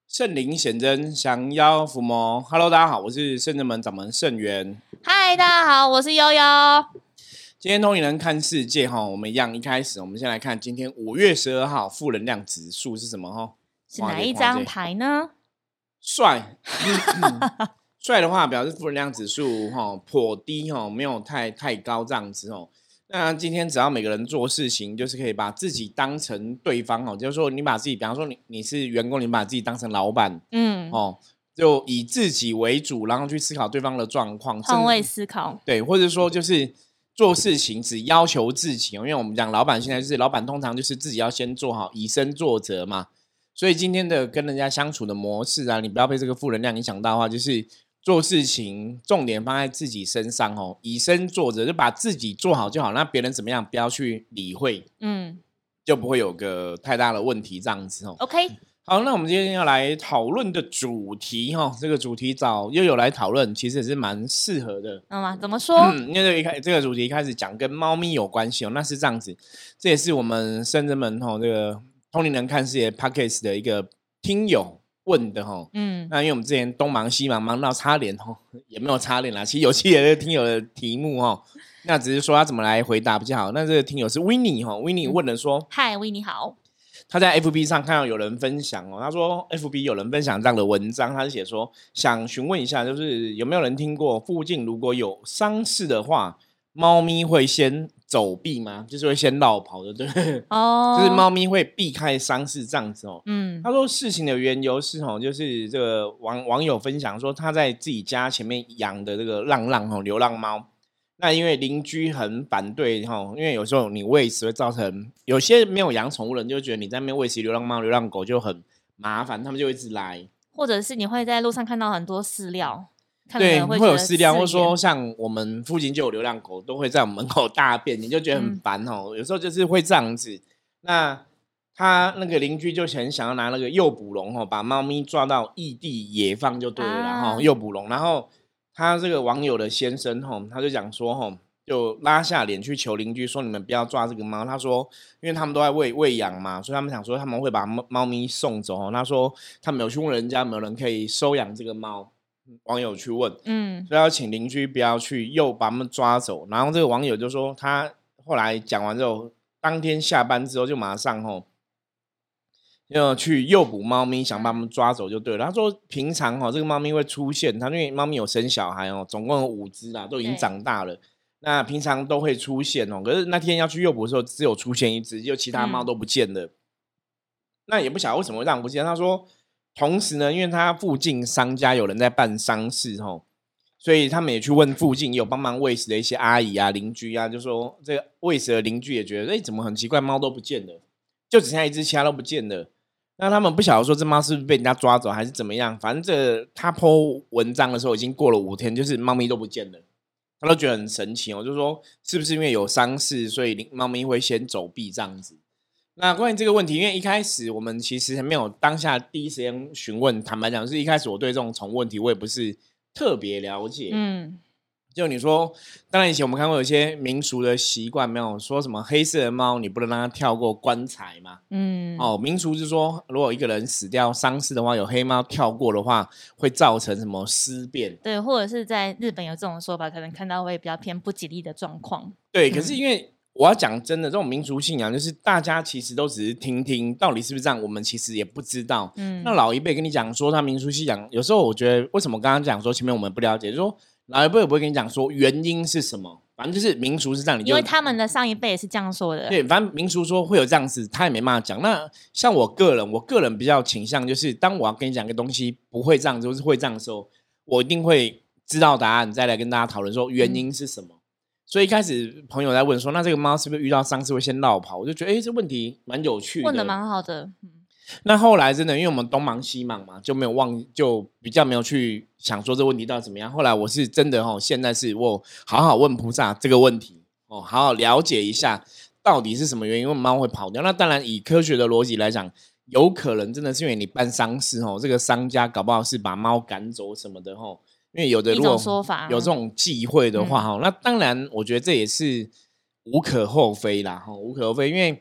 圣灵显真，降妖伏魔。Hello， 大家好，我是圣真门掌门圣元。 嗨，大家好，我是悠悠。 今天通灵人看世界哈，我们一样一开始，我们先来看今天5月12号负能量指数是什么哈？ 是哪一张牌呢？ 帅，帅的话表示负能量指数颇低没有太高这样子哦。那今天只要每个人做事情，就是可以把自己当成对方就是说你把自己，比方说你是员工，你把自己当成老板，就以自己为主，然后去思考对方的状况， 换位思考， 对，或者说就是做事情只要求自己因为我们讲老板现在就是老板，通常就是自己要先做好，以身作则嘛。所以今天的跟人家相处的模式啊，你不要被这个负能量影响到的话，就是做事情重点放在自己身上以身作则，就把自己做好就好，那别人怎么样不要去理会，就不会有个太大的问题这样子 OK， 好，那我们今天要来讨论的主题这个主题找悠悠来讨论，其实也是蛮适合的。 怎么说？ 因为这个主题一开始讲跟猫咪有关系那是这样子，这也是我们圣真门这个通灵人看世界 Podcast 的一个听友问的那因为我们之前东忙西忙，忙到差点也没有差点啦，其实有些这个听友的题目那只是说他怎么来回答比较好。那这个听友是 Winnie 问了说， 嗨，Winnie 好。 他在 FB 上看到有人分享他说 FB 有人分享这样的文章，他是写说想询问一下，就是有没有人听过附近如果有丧事的话，猫咪会先走避吗？就是会先绕跑的，对不对？就是猫咪会避开丧事这样子他说事情的缘由是就是这个网友分享说他在自己家前面养的这个流浪猫。那因为邻居很反对因为有时候你喂食会造成有些没有养宠物人就觉得你在那边喂食流浪猫流浪狗就很麻烦，他们就一直来， 或者是你会在路上看到很多饲料， 对，会有饲料，或者说像我们附近就有流浪狗都会在我们门口大便，你就觉得很烦有时候就是会这样子。那他那个邻居就很想要拿那个诱捕笼把猫咪抓到异地野放就对了啦诱捕笼。然后他这个网友的先生他就讲说就拉下脸去求邻居说你们不要抓这个猫。他说因为他们都在喂养嘛，所以他们想说他们会把猫咪送走他说他们有去问人家有没有人可以收养这个猫，网友去问所以要请邻居不要去把他们抓走。然后这个网友就说他后来讲完之后，当天下班之后就马上要去诱捕猫咪，想把它们抓走就对了。他说平常这个猫咪会出现，他因为猫咪有生小孩总共有5只啦，都已经长大了，那平常都会出现可是那天要去诱捕的时候只有出现1只，就其他猫都不见了那也不晓得为什么会让不见。他说同时呢，因为他附近商家有人在办丧事所以他们也去问附近有帮忙喂食的一些阿姨啊邻居啊，就说这个喂食的邻居也觉得怎么很奇怪，猫都不见了，就只剩下1只，其他都不见了。那他们不晓得说这猫是不是被人家抓走还是怎么样，反正他 po 文章的时候已经过了5天，就是猫咪都不见了。他都觉得很神奇就说是不是因为有丧事所以猫咪会先走避这样子。那关于这个问题，因为一开始我们其实还没有当下第一时间询问，坦白讲是一开始我对这种宠物问题我也不是特别了解就你说当然以前我们看过有些民俗的习惯，没有说什么黑色的猫你不能让它跳过棺材嘛民俗是说如果一个人死掉丧事的话，有黑猫跳过的话会造成什么尸变， 对，或者是在日本有这种说法，可能看到会比较偏不吉利的状况。 对可是因为我要讲真的，这种民俗信仰就是大家其实都只是听听到底是不是这样，我们其实也不知道那老一辈跟你讲说他民俗信仰，有时候我觉得为什么刚刚讲说前面我们不了解，就是说老一辈也不会跟你讲说原因是什么，反正就是民俗是这样，你就因为他们的上一辈也是这样说的。 对，反正民俗说会有这样子，他也没办法讲。那像我个人比较倾向就是，当我要跟你讲一个东西不会这样，就是会这样的时候，我一定会知道答案，再来跟大家讨论说原因是什么。所以一开始朋友在问说，那这个猫是不是遇到丧事会先绕跑？我就觉得，这问题蛮有趣的， 问的蛮好的。 那后来真的，因为我们东忙西忙嘛，就没有就比较没有去想说这问题到底怎么样。后来我是真的现在是我好好问菩萨这个问题好好了解一下到底是什么原因，因为猫会跑掉。那当然以科学的逻辑来讲，有可能真的是因为你办丧事这个商家搞不好是把猫赶走什么的因为有的如果有这种忌讳的话那当然我觉得这也是无可厚非啦无可厚非，因为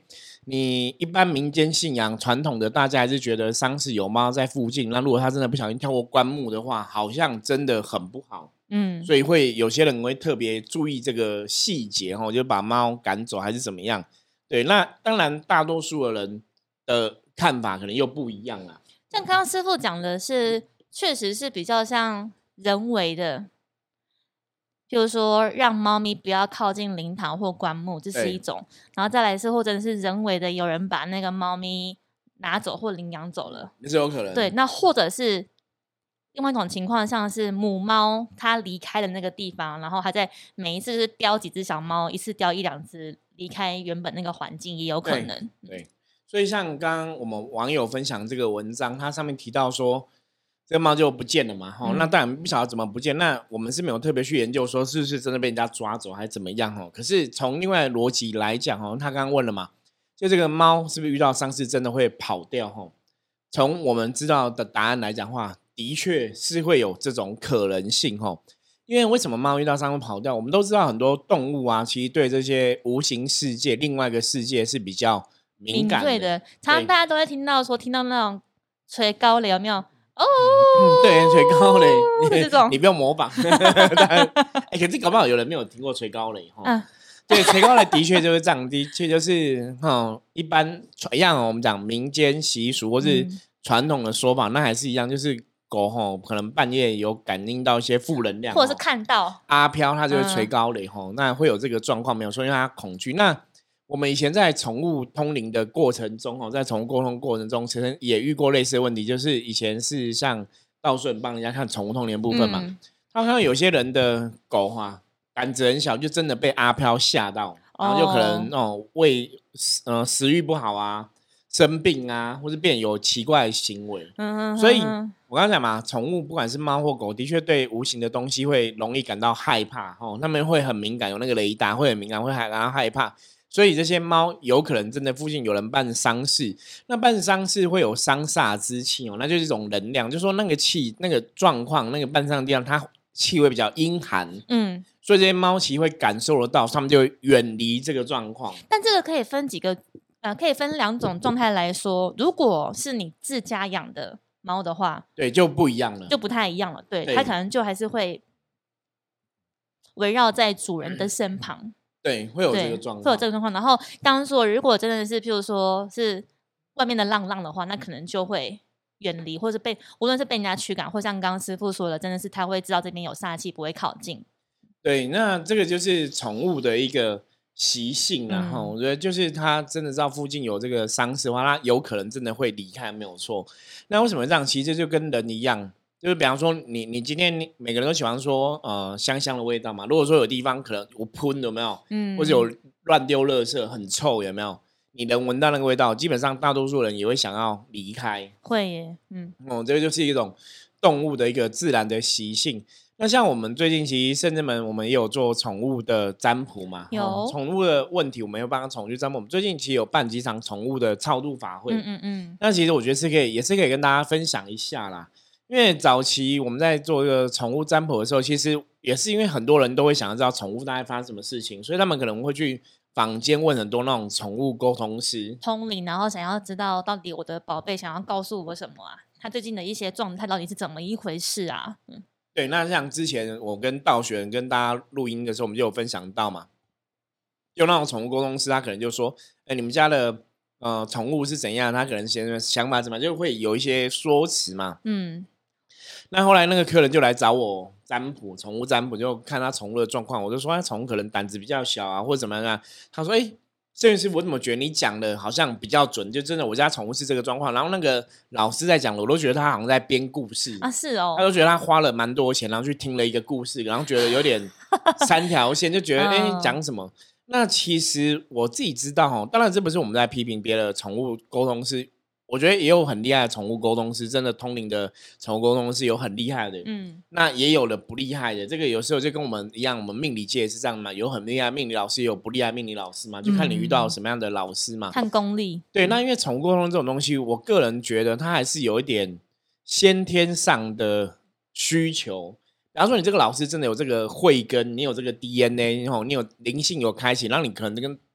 你一般民间信仰传统的，大家还是觉得丧事有猫在附近，那如果他真的不小心跳过棺木的话，好像真的很不好。所以会有些人会特别注意这个细节，就把猫赶走还是怎么样。对，那当然大多数的人的看法可能又不一样啦。 像刚刚师父讲的是，确实是比较像人为的，譬如说让猫咪不要靠近灵堂或棺木，这是一种。然后再来是或者是人为的，有人把那个猫咪拿走或领养走了， 也是有可能。 对，那或者是另外一种情况，像是母猫它离开的那个地方，然后它在每一次就是叼几只小猫，一次叼1-2只离开原本那个环境，也有可能。 对，所以像刚刚我们网友分享这个文章，它上面提到说这个猫就不见了嘛，那当然不晓得怎么不见，那我们是没有特别去研究说是不是真的被人家抓走还是怎么样。可是从另外的逻辑来讲，他刚刚问了嘛，就这个猫是不是遇到丧事真的会跑掉？从我们知道的答案来讲的话，的确是会有这种可能性。因为为什么猫遇到丧事跑掉？我们都知道很多动物啊，其实对这些无形世界另外一个世界是比较敏感的。 常常大家都会听到那种吹高雷，有没有？ 对，吹高雷这种你不用模仿。可是搞不好有人没有听过吹高雷。对，吹高雷的确就是这样，的确就是一般一样我们讲民间习俗或是传统的说法，那还是一样，就是狗可能半夜有感应到一些负能量， 或者是看到阿飘，它就会吹高雷。那会有这个状况没有说，因为它恐惧。那我们以前在宠物通灵的过程中，在宠物沟通过程中，其实也遇过类似的问题，就是以前是像道顺帮人家看宠物通灵的部分嘛，他看到有些人的狗胆子很小，就真的被阿飘吓到，然后就可能食欲不好啊，生病啊，或是变有奇怪的行为。所以我刚刚讲嘛，宠物不管是猫或狗，的确对无形的东西会容易感到害怕。他们会很敏感，有那个雷达会很敏感，会感到害怕。所以这些猫有可能真的附近有人办丧事，那办丧事会有丧煞之气那就是一种能量，就是说那个气、那个状况、那个办丧的地方，它气会比较阴寒，所以这些猫其实会感受得到，它们就会远离这个状况。 但这个可以分可以分2种状态来说。如果是你自家养的猫的话， 对，就不一样了， 就不太一样了。对，它可能就还是会围绕在主人的身旁。 对，会有这个状况， 会有这个状况。然后刚刚说，如果真的是譬如说是外面的浪的话，那可能就会远离，或是无论是被人家驱赶，或像刚刚师父说的，真的是他会知道这边有煞气，不会靠近。 对，那这个就是宠物的一个习性啦。我觉得就是它真的知道附近有这个丧事的话，它有可能真的会离开，没有错。那为什么这样？其实就跟人一样。就是比方说你今天每个人都喜欢说香香的味道嘛，如果说有地方可能有喷有没有，或者有乱丢垃圾很臭有没有，你能闻到那个味道，基本上大多数人也会想要离开。 会耶。 这个就是一种动物的一个自然的习性。那像我们最近其实圣真门我们也有做宠物的占卜嘛， 有宠物的问题我们有帮宠物占卜。我们最近其实有办几场宠物的超度法会，那其实我觉得也是可以跟大家分享一下啦。因为早期我们在做这个宠物占卜的时候，其实也是因为很多人都会想要知道宠物大概发生什么事情，所以他们可能会去坊间问很多那种宠物沟通师通灵，然后想要知道到底我的宝贝想要告诉我什么啊，他最近的一些状态到底是怎么一回事啊。 对，那像之前我跟道玄跟大家录音的时候，我们就有分享到嘛，就那种宠物沟通师他可能就说你们家的宠物是怎样，他可能想法怎么样，就会有一些说辞嘛。那后来那个客人就来找我占卜，宠物占卜，就看他宠物的状况。我就说他宠物可能胆子比较小啊，或者怎么样啊。他说郑师傅，我怎么觉得你讲的好像比较准，就真的我家宠物是这个状况。然后那个老师在讲了，我都觉得他好像在编故事啊。是哦， 他都觉得他花了蛮多钱，然后去听了一个故事，然后觉得有点3条线，就觉得讲什么。那其实我自己知道当然这不是我们在批评别的宠物沟通师，我觉得也有很厉害的宠物沟通师，真的通灵的宠物沟通师有很厉害的，那也有了不厉害的。这个有时候就跟我们一样，我们命理界也是这样嘛，有很厉害的命理老师，也有不厉害的命理老师嘛，就看你遇到什么样的老师嘛， 看功力。 对，那因为宠物沟通这种东西，我个人觉得它还是有一点先天上的需求。比方说你这个老师真的有这个慧根，你有这个 DNA， 你有灵性有开启，然后你可能跟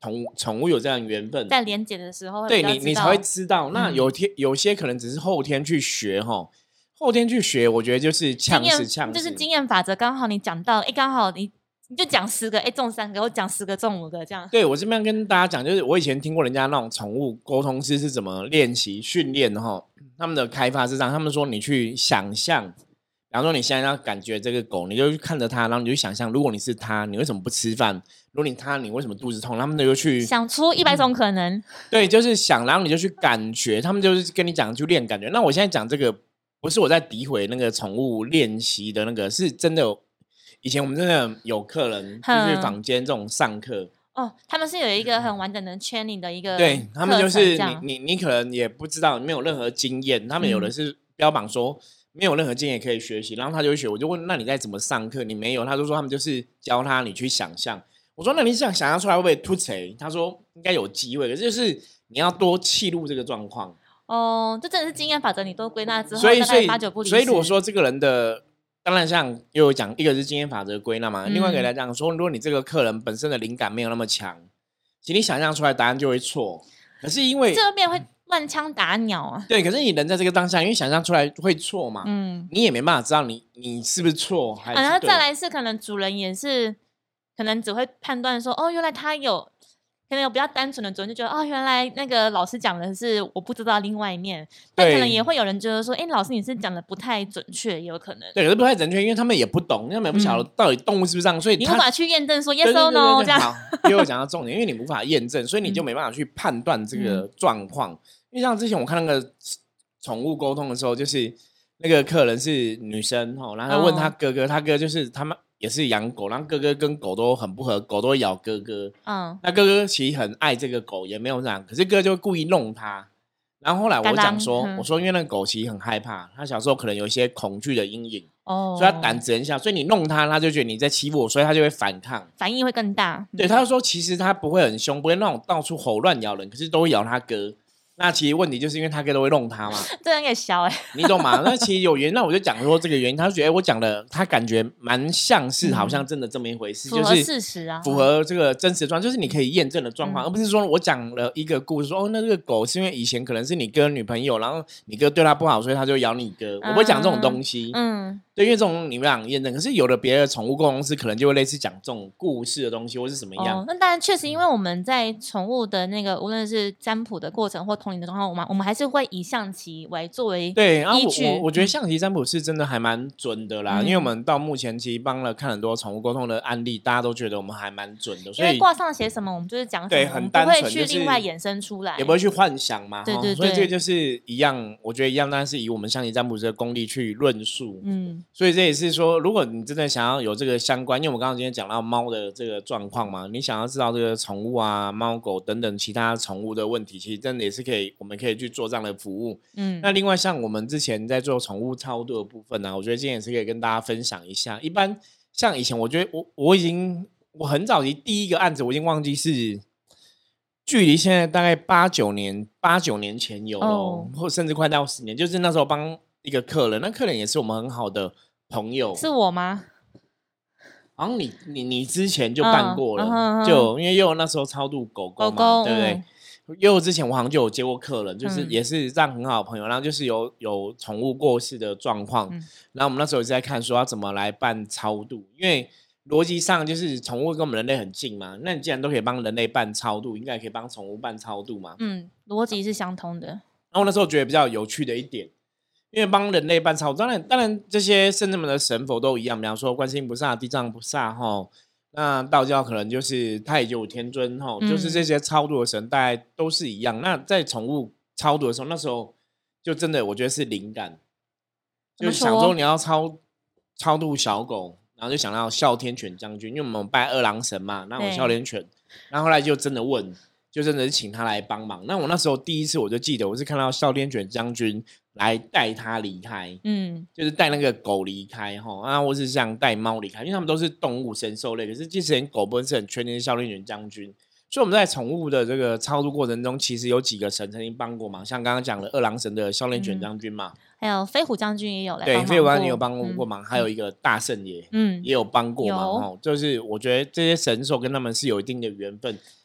宠物有这样的缘分， 在连结的时候对你才会知道。那有些可能只是后天去学后天去学，我觉得就是呛死， 就是经验法则。刚好你讲到，刚好你就讲10个，中3个，我讲10个中5个这样。对， 我这边跟大家讲，就是我以前听过人家那种宠物沟通师是怎么练习训练的他们的开发是这样，他们说你去想象，比方说你现在要感觉这个狗，你就去看着它，然后你就想象，如果你是它，你为什么不吃饭？如果你为什么肚子痛？他们就去想出100种可能。 对，就是想，然后你就去感觉，他们就是跟你讲去练感觉。那我现在讲这个，不是我在诋毁那个宠物练习的那个，是真的以前我们真的有客人就去坊间这种上课他们是有一个很完整的 training 的一个对，他们就是你可能也不知道，没有任何经验，他们有的是标榜说没有任何经验可以学习，然后他就会学。我就问，那你在怎么上课？你没有，他就说他们就是教他你去想象。我说那你想象出来会不会突锤？他说应该有机会，可是就是你要多记录这个状况。 这真的是经验法则，你都归纳之后， 所以 8、9不离10。 所以如果说这个人的，当然像又有讲，一个是经验法则归纳嘛，另外一个来讲说，如果你这个客人本身的灵感没有那么强，其实你想象出来答案就会错。可是因为这边会乱枪打鸟啊。 对，可是你人在这个当下，因为想象出来会错嘛，你也没办法知道你是不是错还是对。 然后再来是可能主人也是，可能只会判断说，原来他可能有比较单纯的主人就觉得，原来那个老师讲的是我不知道另外一面，但可能也会有人觉得说，老师你是讲的不太准确，也有可能。 对，可是不太准确，因为他们也不懂，他们也不晓得到底动物是不是这样，所以你无法去验证说 yes or no 这样。 好，又有讲到重点，因为你无法验证，所以你就没办法去判断这个状况。因为像之前我看那个宠物沟通的时候，就是那个客人是女生然后问他哥哥，他哥就是他们也是养狗，然后哥哥跟狗都很不合，狗都会咬哥哥。那哥哥其实很爱这个狗，也没有这样，可是哥哥就故意弄他。然后后来我讲说，我说因为那个狗其实很害怕，他小时候可能有一些恐惧的阴影，所以他胆子很小，所以你弄他，他就觉得你在欺负我，所以他就会反抗， 反应会更大。 对，他就说其实他不会很凶，不会那种到处吼乱咬人，可是都会咬他哥。那其实问题就是因为他哥都会弄他嘛， 这人也小你懂吗？那其实有原因，那我就讲说这个原因，他就觉得我讲的他感觉蛮像是好像真的这么一回事， 符合事实啊， 符合这个真实状况，就是你可以验证的状况，而不是说我讲了一个故事说那这个狗是因为以前可能是你哥女朋友，然后你哥对他不好，所以他就咬你哥，我不会讲这种东西，对，因为这种你们俩验证，可是有的别的宠物公司可能就会类似讲这种故事的东西或是什么样。 那当然确实，因为我们在宠物的那个无论是占卜的过程或同理的状况，我们还是会以象棋作为对，然后我觉得象棋占卜是真的还蛮准的啦，因为我们到目前其实帮了看很多宠物沟通的案例，大家都觉得我们还蛮准的，所以因为卦上写什么我们就是讲什么， 对，很单纯， 不会去另外衍生出来， 也不会去幻想嘛， 对对对， 所以这个就是一样，我觉得一样，当然是以我们象棋占卜这个功力去论述，所以这也是说，如果你真的想要有这个相关，因为我们刚刚今天讲到猫的这个状况嘛，你想要知道这个宠物啊、猫狗等等其他宠物的问题，其实真的也是我们可以去做这样的服务。那另外像我们之前在做宠物超度的部分呢，我觉得今天也是可以跟大家分享一下。一般像以前，我觉得我很早期第一个案子，我已经忘记是距离现在大概8、9年前有了，或甚至快到10年，就是那时候帮一个客人，那客人也是我们很好的朋友。 是我吗？ 好像你之前就办过了，就因为佑那时候超度狗狗嘛，对不对？佑之前我好像就有接过客人，就是也是让很好的朋友，然后就是有宠物过世的状况，然后我们那时候一直在看说要怎么来办超度，因为逻辑上就是宠物跟我们人类很近嘛，那你既然都可以帮人类办超度，应该也可以帮宠物办超度嘛， 逻辑是相通的。 然后我那时候觉得比较有趣的一点，因为帮人类办超度，当然这些圣人们的神佛都一样，比方说观世音菩萨、地藏菩萨那道教可能就是太九天尊就是这些超度的神大概都是一样。那在宠物超度的时候，那时候就真的我觉得是灵感，就想说你要超度小狗，然后就想到哮天犬将军，因为我们拜二郎神嘛，那有哮天犬，然后后来就真的问，就真的是请他来帮忙。那我那时候第一次我就记得，我是看到哮天犬将军来带他离开，就是带那个狗离开或是像带猫离开，因为他们都是动物神兽类，可是之前狗不是很确定是哮天犬将军，所以我们在宠物的这个超度过程中，其实有几个神曾经帮过忙，像刚刚讲的二郎神的哮天犬将军嘛， 还有飞虎将军也有来帮忙过， 对，飞虎将军有帮过忙，还有一个大圣爷，也有帮过忙就是我觉得这些神兽跟他们是有一定的缘分。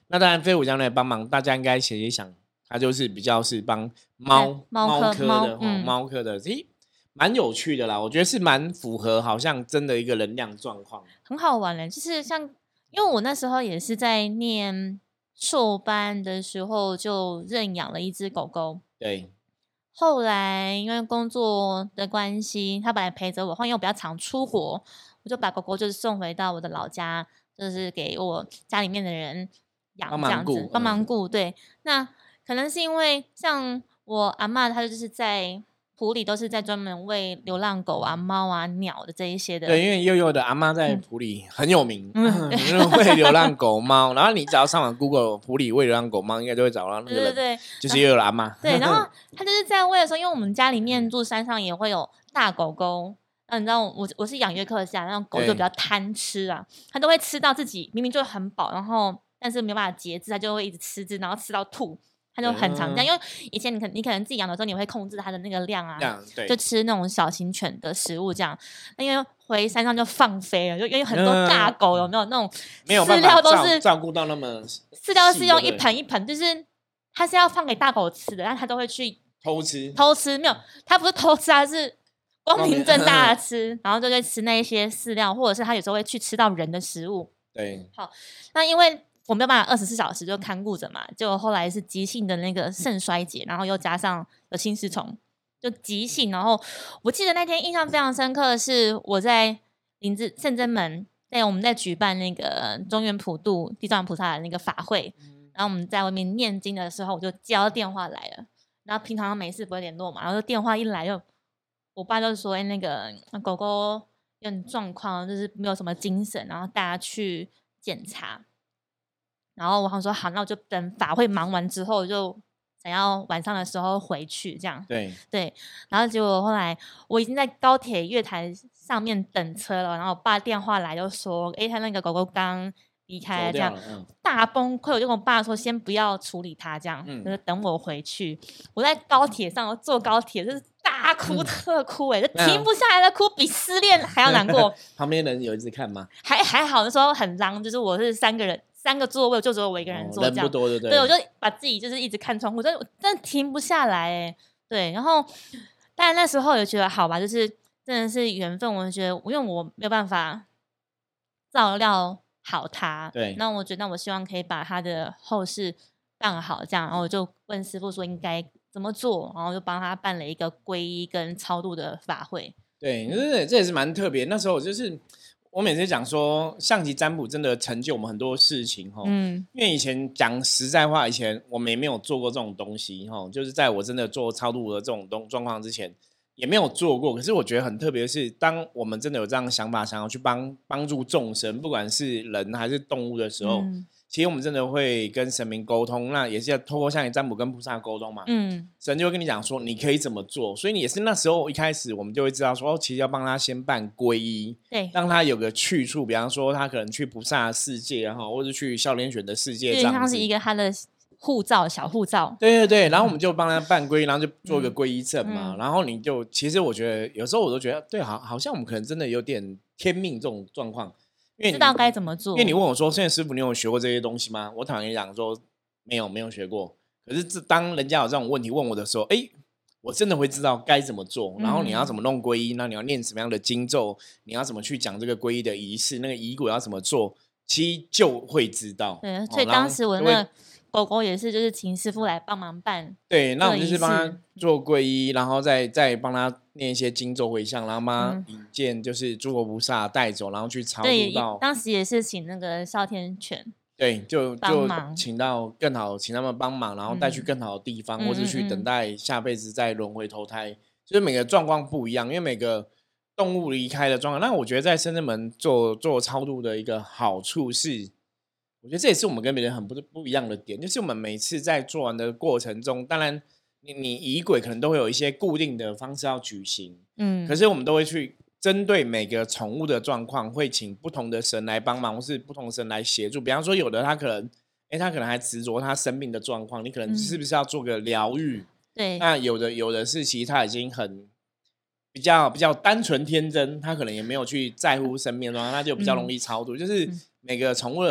那当然飞虎将军帮忙，大家应该写一想，他就是比较是帮猫科的猫科的，蛮有趣的啦。我觉得是蛮符合好像真的一个能量状况， 很好玩嘞。就是像因为我那时候也是在念硕班的时候就认养了一只狗狗， 对。 后来因为工作的关系，他本来陪着我，因为我比较常出国，我就把狗狗就是送回到我的老家，就是给我家里面的人养这样子，帮忙顾。对，那可能是因为像我阿嬷，她就是在埔里都是在专门喂流浪狗啊、猫啊、鸟的这一些的。 对，因为悠悠的阿嬷在埔里很有名，喂流浪狗猫。然后你只要上网 Google 埔里喂流浪狗猫，应该就会找到那个人，对，就是悠悠的阿嬷。 对，然后他就是在喂的时候，因为我们家里面住山上也会有大狗狗。你知道我是养约克夏，那种狗就比较贪吃啊，它都会吃到自己明明就很饱，然后但是没有办法节制，它就会一直吃，然后吃到吐。它就很常这样，因为以前你可能自己养的时候，你会控制它的那个量啊，就吃那种小型犬的食物这样。那因为回山上就放飞了，就因为很多大狗有没有那种饲料都是照顾到那么饲料是用一盆一盆，就是它是要放给大狗吃的，但它都会去偷吃，没有，它不是偷吃，它是光明正大的吃，然后就会吃那一些饲料，或者是它有时候会去吃到人的食物。 对， 好，那因为我没有办法24小时就看顾着嘛，就后来是急性的那个肾衰竭，然后又加上有心丝虫，就急性。然后我记得那天印象非常深刻的是，我在圣真门，我们在举办那个中元普渡地藏菩萨的那个法会，然后我们在外面念经的时候，我就接到电话来了。然后平常没事不会联络嘛，然后电话一来就，我爸就说：“那个狗狗有点状况，就是没有什么精神，然后带它去检查。”然后我想说好，那我就等法会忙完之后，就想要晚上的时候回去这样。对，然后结果后来我已经在高铁月台上面等车了，然后我爸电话来就说：“他那个狗狗刚离开了，这样大崩溃。”我就跟我爸说：“先不要处理它，这样就是等我回去。”我在高铁上坐高铁就是大哭特哭，就停不下来的哭，比失恋还要难过。 旁边人有一直看吗？ 还好，那时候很浪，就是我是3个座位，就只有我一个人坐，这样人不多，对不对？ 对，我就把自己就是一直看窗户，我真的停不下来对，然后但那时候也觉得好吧，就是真的是缘分。我觉得因为我没有办法照料好他， 对， 那我觉得我希望可以把他的后事办好，这样，然后我就问师父说应该怎么做，然后就帮他办了一个皈依跟超度的法会。 对，这也是蛮特别。那时候就是我每次讲说，象棋占卜真的成就我们很多事情因为以前讲实在话，以前我们也没有做过这种东西就是在我真的做超度的这种状况之前，也没有做过。可是我觉得很特别的是，当我们真的有这样的想法，想要去帮助众生，不管是人还是动物的时候，其实我们真的会跟神明沟通，那也是要透过象棋占卜跟菩萨沟通嘛。神就会跟你讲说你可以怎么做，所以你也是那时候一开始我们就会知道说其实要帮他先办皈依， 对， 让他有个去处，比方说他可能去菩萨的世界，然后或者去哮天犬的世界，这样子， 像是一个他的小护照。 对，然后我们就帮他办皈依，然后就做一个皈依证嘛。然后你就其实我觉得有时候我都觉得对，好像我们可能真的有点天命这种状况。 知道该怎么做， 因为你问我说：“现在师傅，你有学过这些东西吗？”我坦白讲说，没有学过。可是当人家有这种问题问我的时候，我真的会知道该怎么做。然后你要怎么弄皈依，那你要念什么样的经咒，你要怎么去讲这个皈依的仪式，那个仪轨要怎么做，其实就会知道。 对，所以当时我那个狗狗也是，就是请师傅来帮忙办。 对，那我们就是帮他做皈依，然后再帮他念一些经咒回向，然后帮他引荐就是诸佛菩萨带走，然后去超度到。 当时也是请那个哮天犬， 对，就请到更好，请他们帮忙，然后带去更好的地方，或者去等待下辈子再轮回投胎。就是每个状况不一样，因为每个动物离开的状况。那我觉得在深圳门做超度的一个好处是，我觉得这也是我们跟别人很不一样的点，就是我们每次在做完的过程中，当然你仪轨可能都会有一些固定的方式要举行，可是我们都会去针对每个宠物的状况，会请不同的神来帮忙，或是不同的神来协助。比方说，有的他可能还执着他生命的状况，你可能是不是要做个疗愈？ 对， 那有的是其实他已经很比较单纯天真，他可能也没有去在乎生命的状况，那就比较容易超度。就是每个宠物的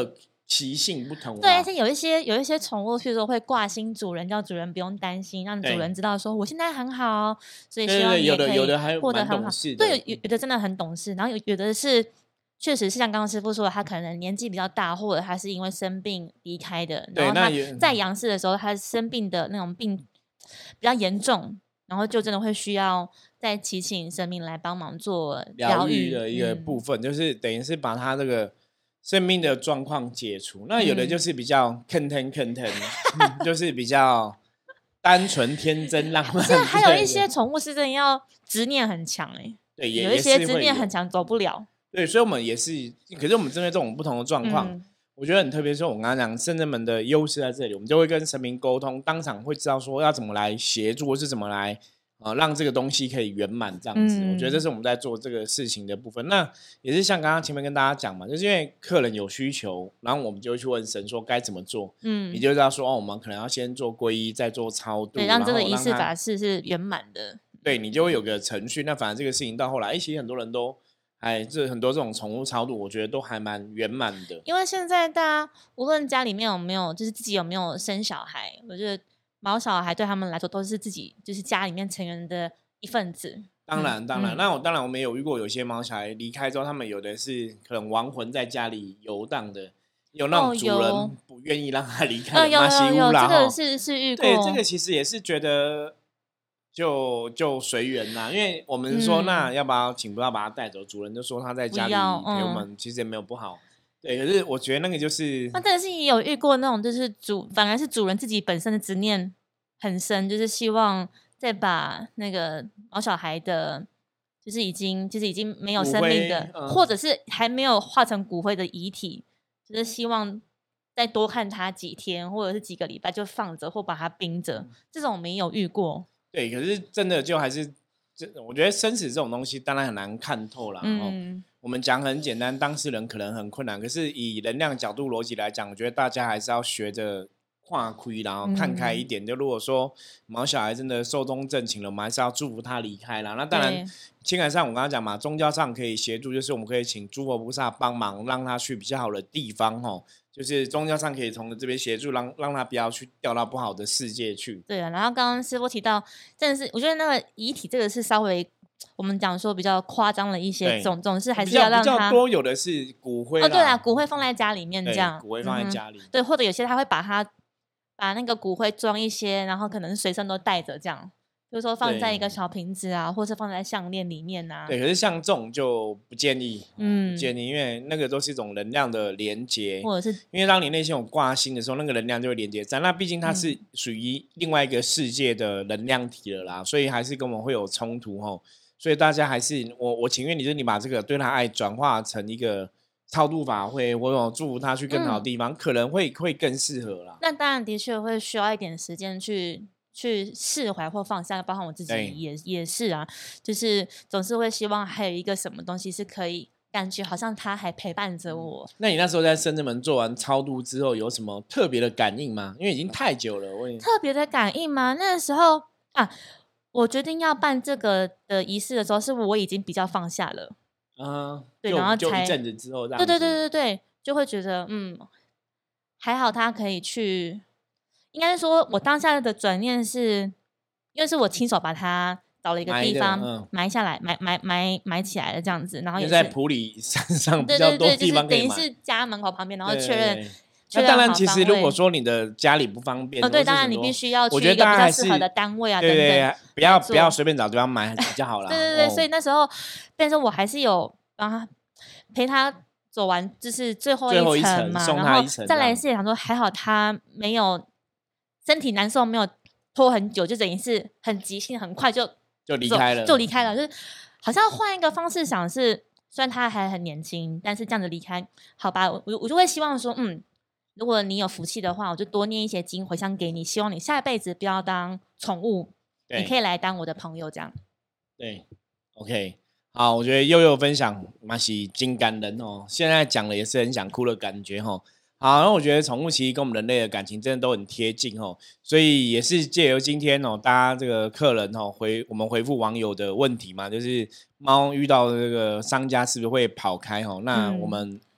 习性不同。 对，而且有一些宠物，譬如说会挂心主人，叫主人不用担心，让主人知道说我现在很好，所以希望你也可以获得很好。对，有的真的很懂事，然后有的是确实是像刚刚师傅说的，他可能年纪比较大，或者他是因为生病离开的，然后他在阳世的时候，他生病的那种病比较严重，然后就真的会需要再祈请神明来帮忙做疗愈的一个部分，就是等于是把他这个生命的状况解除。那有的就是比较坑疼，就是比较单纯天真浪漫。 现在还有一些宠物是真的要执念很强对， 有一些执念很强走不了。 对，所以我们也是，可是我们针对这种不同的状况，我觉得很特别。说我刚刚讲圣真门的优势在这里，我们就会跟神明沟通，当场会知道说要怎么来协助，或是怎么来让这个东西可以圆满这样子。我觉得这是我们在做这个事情的部分。那也是像刚刚前面跟大家讲嘛，就是因为客人有需求，然后我们就会去问神说该怎么做。你就知道说我们可能要先做皈依，再做超度， 对，让这个仪式法事是圆满的。 对，你就会有个程序。那反正这个事情到后来，其实很多人都。这很多这种宠物超度，我觉得都还蛮圆满的。 因为现在大家无论家里面有没有，就是自己有没有生小孩，我觉得毛小孩对他们来说都是自己就是家里面成员的一份子。 当然，那我们有遇过有些毛小孩离开之后，他们有的是可能亡魂在家里游荡的，有那种主人不愿意让他离开的马西乌啦。 这个是遇过。 对，这个其实也是觉得。就随缘啦，因为我们说那要不要请不要把他带走，主人就说他在家里陪我们，其实也没有不好。对，可是我觉得那个就是， 那但是也有遇过那种，就是反而是主人自己本身的执念很深，就是希望再把那个毛小孩的，就是已经没有生命的，或者是还没有化成骨灰的遗体，就是希望再多看他几天，或者是几个礼拜就放着或把它冰着，这种没有遇过。 对，可是真的就还是，我觉得生死这种东西当然很难看透啦。我们讲很简单，当事人可能很困难，可是以能量角度逻辑来讲，我觉得大家还是要学着跨亏，然后看开一点。就如果说毛小孩真的寿终正寝了，我们还是要祝福他离开啦。那当然，情感上我刚刚讲嘛，宗教上可以协助，就是我们可以请诸佛菩萨帮忙，让他去比较好的地方就是宗教上可以从这边协助，让他不要去掉到不好的世界去。 对啊，然后刚刚师父提到，真的是我觉得那个遗体这个是稍微我们讲说比较夸张了一些，总是还是要让他比较多有的是骨灰对啊，骨灰放在家里面这样， 骨灰放在家里， 对，或者有些他会把那个骨灰装一些，然后可能随身都带着这样。比如说放在一个小瓶子啊，或是放在项链里面啊。 对，可是像这种就不建议，不建议，因为那个都是一种能量的连接， 或者是因为当你内心有挂心的时候，那个能量就会连接在。那毕竟它是属于另外一个世界的能量体了啦，所以还是跟我们会有冲突所以大家还是我情愿就是你把这个对他爱转化成一个超度法会，或者祝福他去更好的地方，可能会更适合啦。 那当然的确会需要一点时间去释怀或放下，包括我自己也是啊，就是总是会希望还有一个什么东西是可以感觉好像他还陪伴着我。 那你那时候在圣真门做完超度之后，有什么特别的感应吗？因为已经太久了， 特别的感应吗？那时候我决定要办这个的仪式的时候，是我已经比较放下了。对，然后就一阵子之后， 对，就会觉得还好他可以去。应该是说我当下的转念是，因为是我亲手把它找了一个地方埋下来，埋起来了这样子，然后也是在埔里山上比较多地方可以埋， 就是等于是家门口旁边，然后确认。 那当然，其实如果说你的家里不方便， 对，当然你必须要去一个比较适合的单位啊，等等， 对，不要随便找地方埋比较好啦。 对，所以那时候，但是我还是有帮他陪他走完，就是最后一层嘛， 然后再来是想说还好他没有。身体难受没有拖很久，就等于是很急性，很快就离开了， 就是好像换一个方式想是，虽然他还很年轻，但是这样子离开，好吧，我就会希望说，如果你有福气的话，我就多念一些经回向给你，希望你下辈子不要当宠物，你可以来当我的朋友，这样。 对 ，OK， 好，我觉得悠分享蛮是真感人现在讲了也是很想哭的感觉好，那我觉得宠物其实跟我们人类的感情真的都很贴近所以也是借由今天大家这个客人我们回复网友的问题嘛，就是猫遇到这个商家是不是会跑开那我们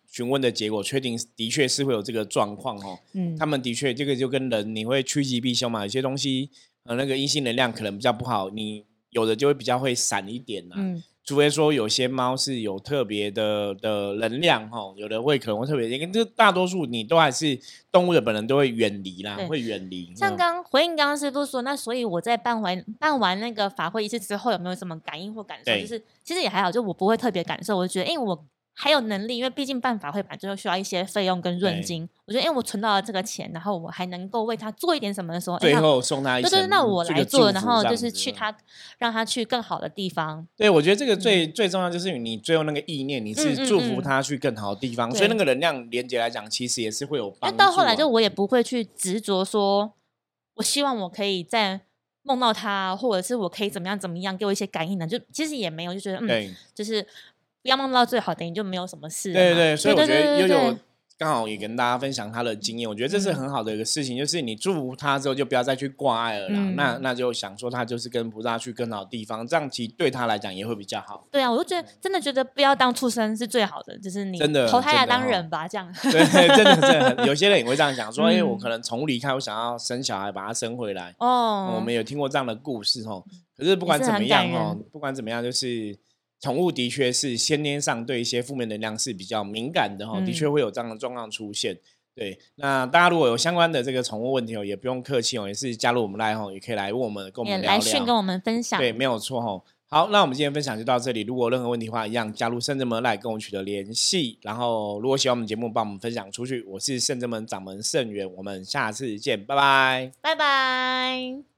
询问的结果，确定的确是会有这个状况哦。他们的确这个就跟人你会趋吉避凶嘛，有些东西那个阴性能量可能比较不好，你有的就会比较会闪一点除非说有些猫是有特别的能量有的可能会特别，跟这大多数你都还是动物的本能都会远离啦，会远离。 像回应刚刚师傅说，那所以我在办完那个法会仪式之后，有没有什么感应或感受？就是其实也还好，就我不会特别感受，我就觉得，我还有能力，因为毕竟办法会本来就需要一些费用跟润金。我觉得，我存到了这个钱，然后我还能够为他做一点什么的时候， 最后送他一程， 对，那我来做，然后就是让他去更好的地方。 对，我觉得这个最重要就是你最后那个意念，你是祝福他去更好的地方，所以那个能量连接来讲，其实也是会有帮助。 到后来，就我也不会去执着说，我希望我可以再梦到他，或者是我可以怎么样给我一些感应呢？就其实也没有，就觉得就是不要梦到最好，等于就没有什么事了。 对，所以我觉得悠悠刚好也跟大家分享他的经验，我觉得这是很好的一个事情，就是你祝福他之后就不要再去挂碍了啦。那就想说他就是跟菩萨去更好的地方，这样其实对他来讲也会比较好。 对啊，我就真的觉得不要当畜生是最好的，就是你投胎来当人吧，这样。 对，真的有些人也会这样讲说，我可能宠物离开，我想要生小孩把它生回来。我们有听过这样的故事可是不管怎么样就是宠物的确是先天上对一些负面能量是比较敏感的的确会有这样的状况出现。对，那大家如果有相关的这个宠物问题也不用客气也是加入我们LINE也可以来问我们，跟我们聊聊， 来讯跟我们分享。 对，没有错好，那我们今天分享就到这里。如果有任何问题的话，一样加入圣真门LINE跟我们取得联系。然后，如果喜欢我们节目，帮我们分享出去。我是圣真门掌门圣元，我们下次见，拜拜， 拜拜。